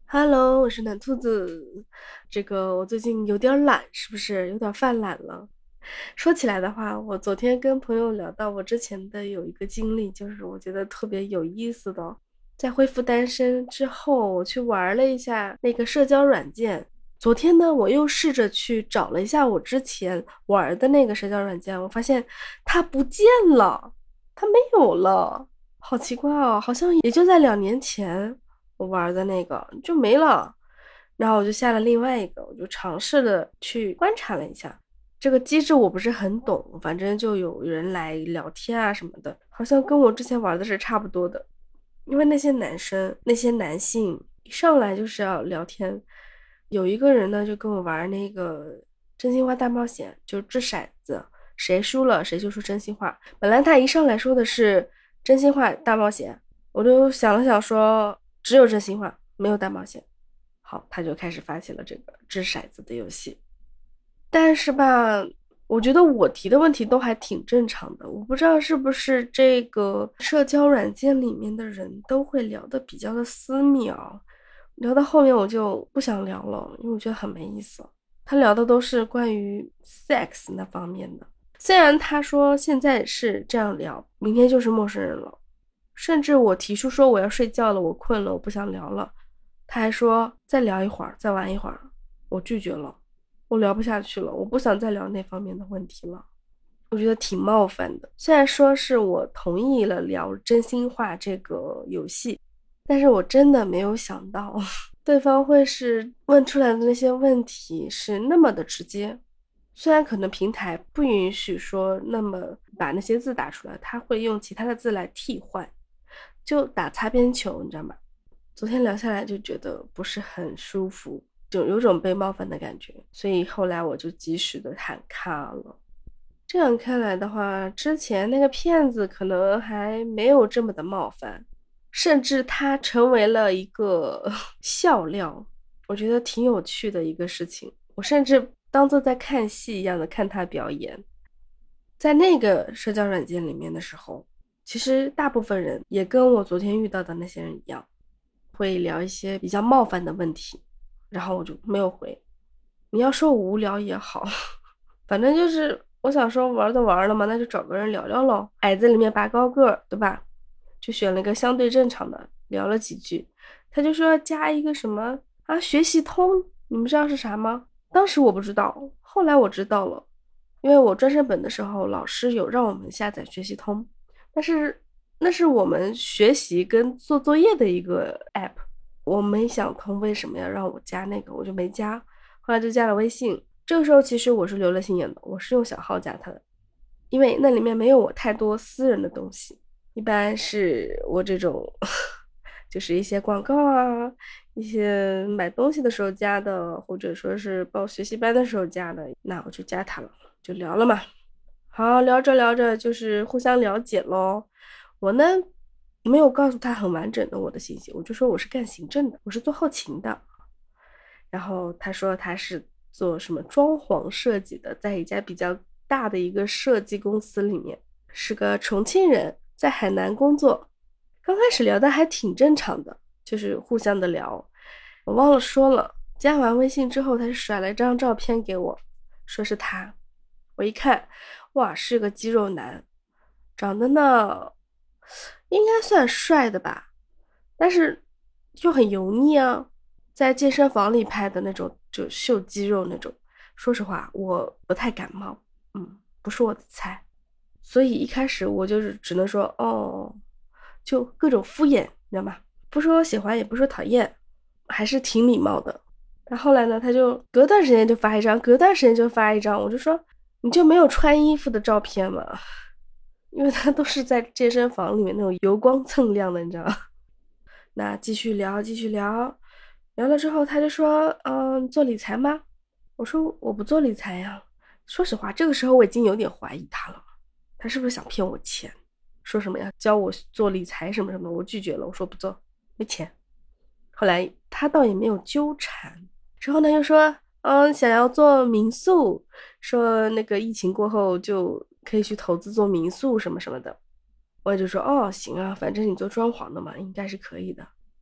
Hello，我是暖兔子。我最近有点懒，是不是有点犯懒了？说起来的话，我昨天跟朋友聊到我之前的有一个经历，就是我觉得特别有意思的。在恢复单身之后，我去玩了一下那个社交软件。昨天呢，我又试着去找了一下我之前玩的那个社交软件，我发现它不见了，它没有了，好奇怪哦，好像也就在2年前。我玩的那个就没了，然后我就下了另外一个，我就尝试的去观察了一下这个机制，我不是很懂，反正就有人来聊天啊什么的，好像跟我之前玩的是差不多的。因为那些男生那些男性一上来就是要聊天，有一个人呢就跟我玩那个真心话大冒险，就掷骰子，谁输了谁就说真心话。本来他一上来说的是真心话大冒险，我就想了想说只有真心话没有大冒险。好，他就开始发起了这个掷骰子的游戏。但是吧，我觉得我提的问题都还挺正常的，我不知道是不是这个社交软件里面的人都会聊得比较的私密啊，聊到后面我就不想聊了，因为我觉得很没意思。他聊的都是关于 sex 那方面的，虽然他说现在是这样聊，明天就是陌生人了，甚至我提出说我要睡觉了，我困了，我不想聊了，他还说再聊一会儿，再玩一会儿，我拒绝了。我聊不下去了，我不想再聊那方面的问题了，我觉得挺冒犯的。虽然说是我同意了聊真心话这个游戏，但是我真的没有想到对方会是问出来的那些问题是那么的直接。虽然可能平台不允许说那么把那些字打出来，他会用其他的字来替换，就打擦边球，你知道吗？昨天聊下来就觉得不是很舒服，就有种被冒犯的感觉，所以后来我就及时的喊卡了。这样看来的话，之前那个骗子可能还没有这么的冒犯，甚至他成为了一个笑料，我觉得挺有趣的一个事情。我甚至当做在看戏一样的看他表演。在那个社交软件里面的时候，其实大部分人也跟我昨天遇到的那些人一样，会聊一些比较冒犯的问题，然后我就没有回。你要说我无聊也好，反正就是我想说玩都玩了嘛，那就找个人聊聊喽。矮子里面拔高个儿，对吧？就选了个相对正常的，聊了几句。他就说要加一个什么啊，学习通，你们知道是啥吗？当时我不知道，后来我知道了，因为我专升本的时候，老师有让我们下载学习通，但是那是我们学习跟做作业的一个 app，我没想通为什么要让我加那个，我就没加，后来就加了微信。这个时候其实我是留了心眼的，我是用小号加他的，因为那里面没有我太多私人的东西，一般是我这种就是一些广告啊，一些买东西的时候加的，或者说是报学习班的时候加的，那我就加他了，就聊了嘛。好，聊着聊着就是互相了解咯。我呢没有告诉他很完整的我的信息，我就说我是干行政的，我是做后勤的。然后他说他是做什么装潢设计的，在一家比较大的一个设计公司里面，是个重庆人，在海南工作。刚开始聊的还挺正常的，就是互相的聊。我忘了说了，加完微信之后，他就甩了一张照片给我，说是他。我一看，哇，是个肌肉男，长得呢应该算帅的吧，但是就很油腻啊，在健身房里拍的那种，就秀肌肉那种。说实话，我不太感冒，不是我的菜，所以一开始我就是只能说哦，就各种敷衍，你知道吗？不说喜欢，也不说讨厌，还是挺礼貌的。但后来呢，他就隔段时间就发一张，隔段时间就发一张，我就说你就没有穿衣服的照片吗？因为他都是在健身房里面那种油光锃亮的，你知道吗？那继续聊，继续聊，聊了之后他就说，做理财吗？我说我不做理财呀。说实话，这个时候我已经有点怀疑他了，他是不是想骗我钱？说什么要教我做理财什么什么，我拒绝了，我说不做，没钱。后来他倒也没有纠缠，之后呢又说，想要做民宿，说那个疫情过后就可以去投资做民宿什么什么的。我就说，哦，行啊，反正你做装潢的嘛，应该是可以的。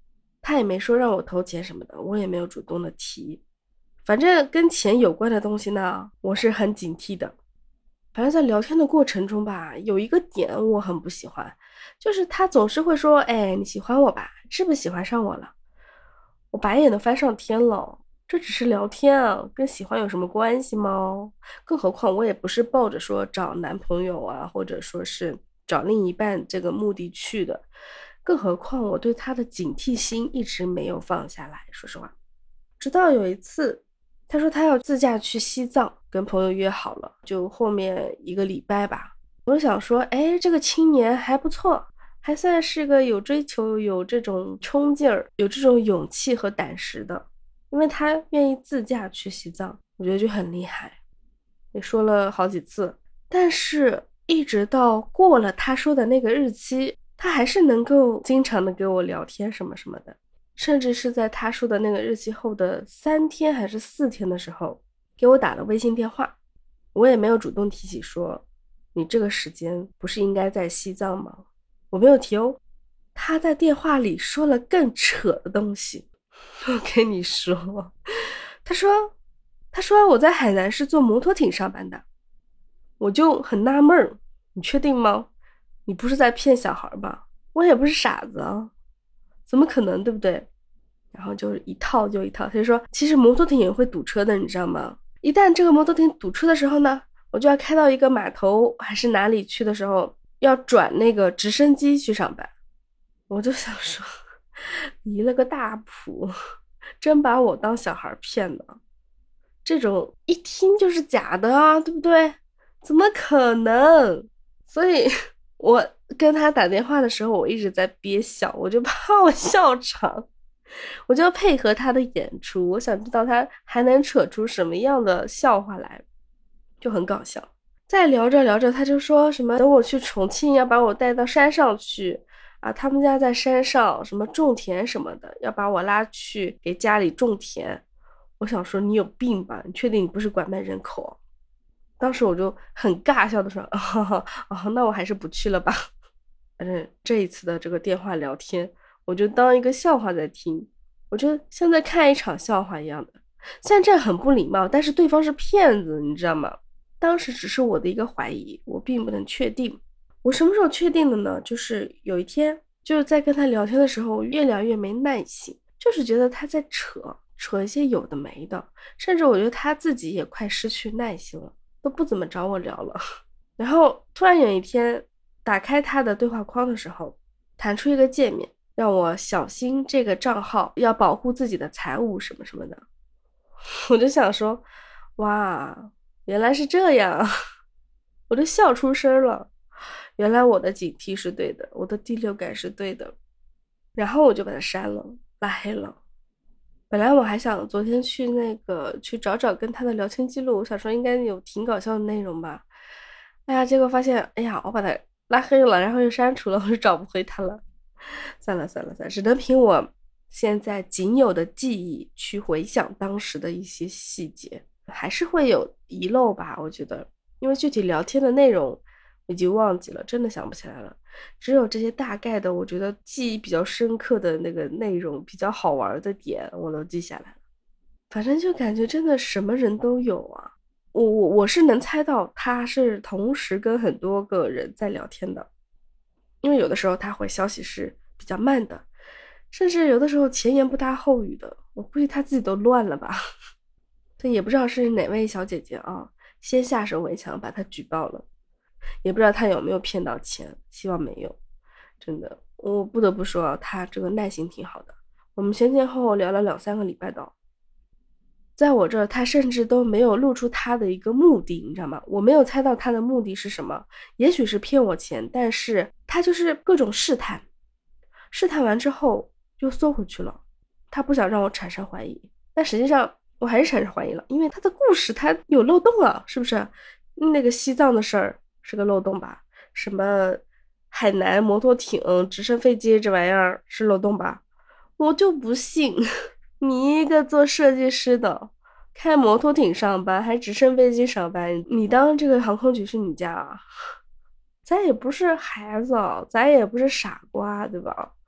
他也没说让我投钱什么的，我也没有主动的提。反正跟钱有关的东西呢，我是很警惕的。反正在聊天的过程中吧，有一个点我很不喜欢，就是他总是会说，哎，你喜欢我吧？是不是喜欢上我了？我白眼都翻上天了，这只是聊天啊，跟喜欢有什么关系吗？更何况我也不是抱着说找男朋友啊，或者说是找另一半这个目的去的。更何况我对他的警惕心一直没有放下来，说实话。直到有一次，他说他要自驾去西藏，跟朋友约好了，就后面1个礼拜吧。我就想说，哎，这个青年还不错，还算是个有追求、有这种冲劲儿、有这种勇气和胆识的，因为他愿意自驾去西藏，我觉得就很厉害。也说了好几次，但是一直到过了他说的那个日期，他还是能够经常的跟我聊天什么什么的。甚至是在他说的那个日期后的3天还是4天的时候，给我打了微信电话。我也没有主动提起说，你这个时间不是应该在西藏吗？我没有提哦。他在电话里说了更扯的东西。我跟你说，他说我在海南是坐摩托艇上班的。我就很纳闷儿，你确定吗？你不是在骗小孩吧？我也不是傻子啊。怎么可能，对不对？然后就一套就一套，他就说其实摩托艇也会堵车的，你知道吗？一旦这个摩托艇堵车的时候呢，我就要开到一个码头还是哪里去的时候，要转那个直升机去上班。我就想说，离了个大谱，真把我当小孩骗的。这种一听就是假的啊，对不对？怎么可能？所以我跟他打电话的时候，我一直在憋笑，我就怕我笑场，我就要配合他的演出，我想知道他还能扯出什么样的笑话来，就很搞笑。再聊着聊着，他就说什么等我去重庆要把我带到山上去啊，他们家在山上，什么种田什么的，要把我拉去给家里种田。我想说你有病吧？你确定你不是拐卖人口？当时我就很尬笑的说，那我还是不去了吧。反正这一次的这个电话聊天，我就当一个笑话在听，我就像在看一场笑话一样的。虽然这样很不礼貌，但是对方是骗子，你知道吗？当时只是我的一个怀疑，我并不能确定。我什么时候确定的呢？就是有一天，就是在跟他聊天的时候，我越聊越没耐心，就是觉得他在扯一些有的没的，甚至我觉得他自己也快失去耐心了，都不怎么找我聊了。然后突然有一天打开他的对话框的时候，弹出一个界面，让我小心这个账号，要保护自己的财物什么什么的。我就想说，哇，原来是这样。我就笑出声了。原来我的警惕是对的，我的第六感是对的。然后我就把他删了，拉黑了。本来我还想昨天去找找跟他的聊天记录，我想说应该有挺搞笑的内容吧。哎呀，结果发现，哎呀，我把他拉黑了，然后又删除了，我就找不回他了。算了，只能凭我现在仅有的记忆去回想当时的一些细节，还是会有遗漏吧，我觉得。因为具体聊天的内容已经忘记了，真的想不起来了。只有这些大概的，我觉得记忆比较深刻的那个内容，比较好玩的点，我都记下来了。反正就感觉真的什么人都有啊。我是能猜到他是同时跟很多个人在聊天的，因为有的时候他回消息是比较慢的，甚至有的时候前言不搭后语的，我估计他自己都乱了吧。这也不知道是哪位小姐姐啊，先下手为强把他举报了，也不知道他有没有骗到钱，希望没有。真的，我不得不说他这个耐心挺好的，我们前后后聊了2-3个礼拜的。在我这儿他甚至都没有露出他的一个目的，你知道吗？我没有猜到他的目的是什么，也许是骗我钱，但是他就是各种试探，试探完之后又缩回去了。他不想让我产生怀疑，但实际上我还是产生怀疑了，因为他的故事他有漏洞啊，是不是？那个西藏的事儿是个漏洞吧？什么海南摩托艇、直升飞机这玩意儿是漏洞吧？我就不信。你一个做设计师的，开摩托艇上班还直升飞机上班，你当这个航空局是你家啊？咱也不是孩子，咱也不是傻瓜，对吧？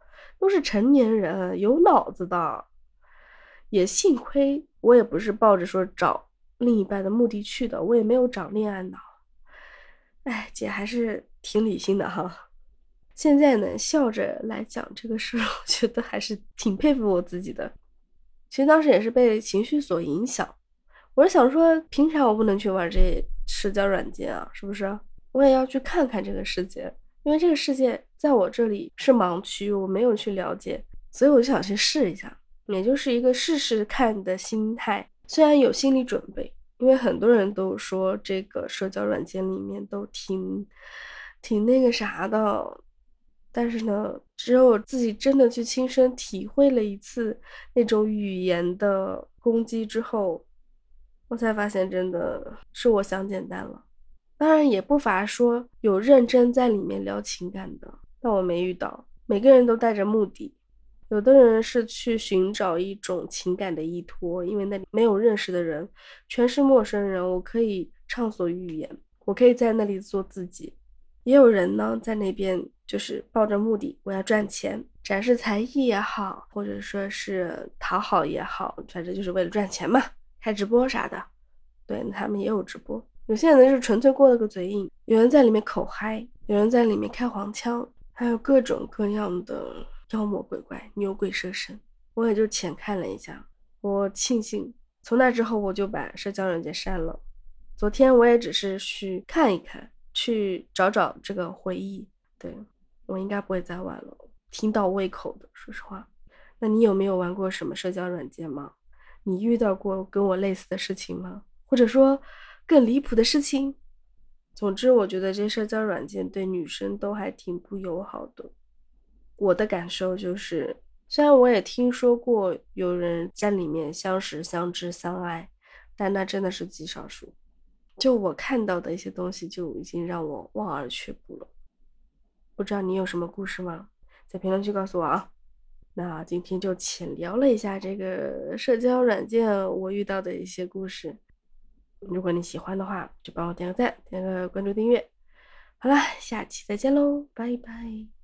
都是成年人，有脑子的。也幸亏我也不是抱着说找另一半的目的去的，我也没有长恋爱脑。哎，姐还是挺理性的哈。现在呢，笑着来讲这个事儿，我觉得还是挺佩服我自己的。其实当时也是被情绪所影响，我是想说，凭啥我不能去玩这社交软件啊？是不是？我也要去看看这个世界，因为这个世界在我这里是盲区，我没有去了解，所以我就想去试一下，也就是一个试试看的心态。虽然有心理准备，因为很多人都说这个社交软件里面都挺那个啥的，但是呢，只有我自己真的去亲身体会了一次那种语言的攻击之后，我才发现真的是我想简单了。当然也不乏说有认真在里面聊情感的，但我没遇到。每个人都带着目的，有的人是去寻找一种情感的依托，因为那里没有认识的人，全是陌生人，我可以畅所欲言，我可以在那里做自己。也有人呢在那边就是抱着目的，我要赚钱，展示才艺也好，或者说是讨好也好，反正就是为了赚钱嘛，开直播啥的。对，他们也有直播。有些人是纯粹过了个嘴瘾，有人在里面口嗨，有人在里面开黄腔，还有各种各样的妖魔鬼怪、牛鬼蛇神。我也就浅看了一下，我庆幸从那之后我就把社交软件删了。昨天我也只是去看一看，去找找这个回忆。对，我应该不会再玩了，挺倒胃口的，说实话。那你有没有玩过什么社交软件吗？你遇到过跟我类似的事情吗？或者说更离谱的事情？总之我觉得这社交软件对女生都还挺不友好的。我的感受就是，虽然我也听说过有人在里面相识相知相爱，但那真的是极少数。就我看到的一些东西就已经让我望而却步了。不知道你有什么故事吗？在评论区告诉我啊。那今天就浅聊了一下这个社交软件我遇到的一些故事。如果你喜欢的话，就帮我点个赞，点个关注订阅。好啦，下期再见喽，拜拜。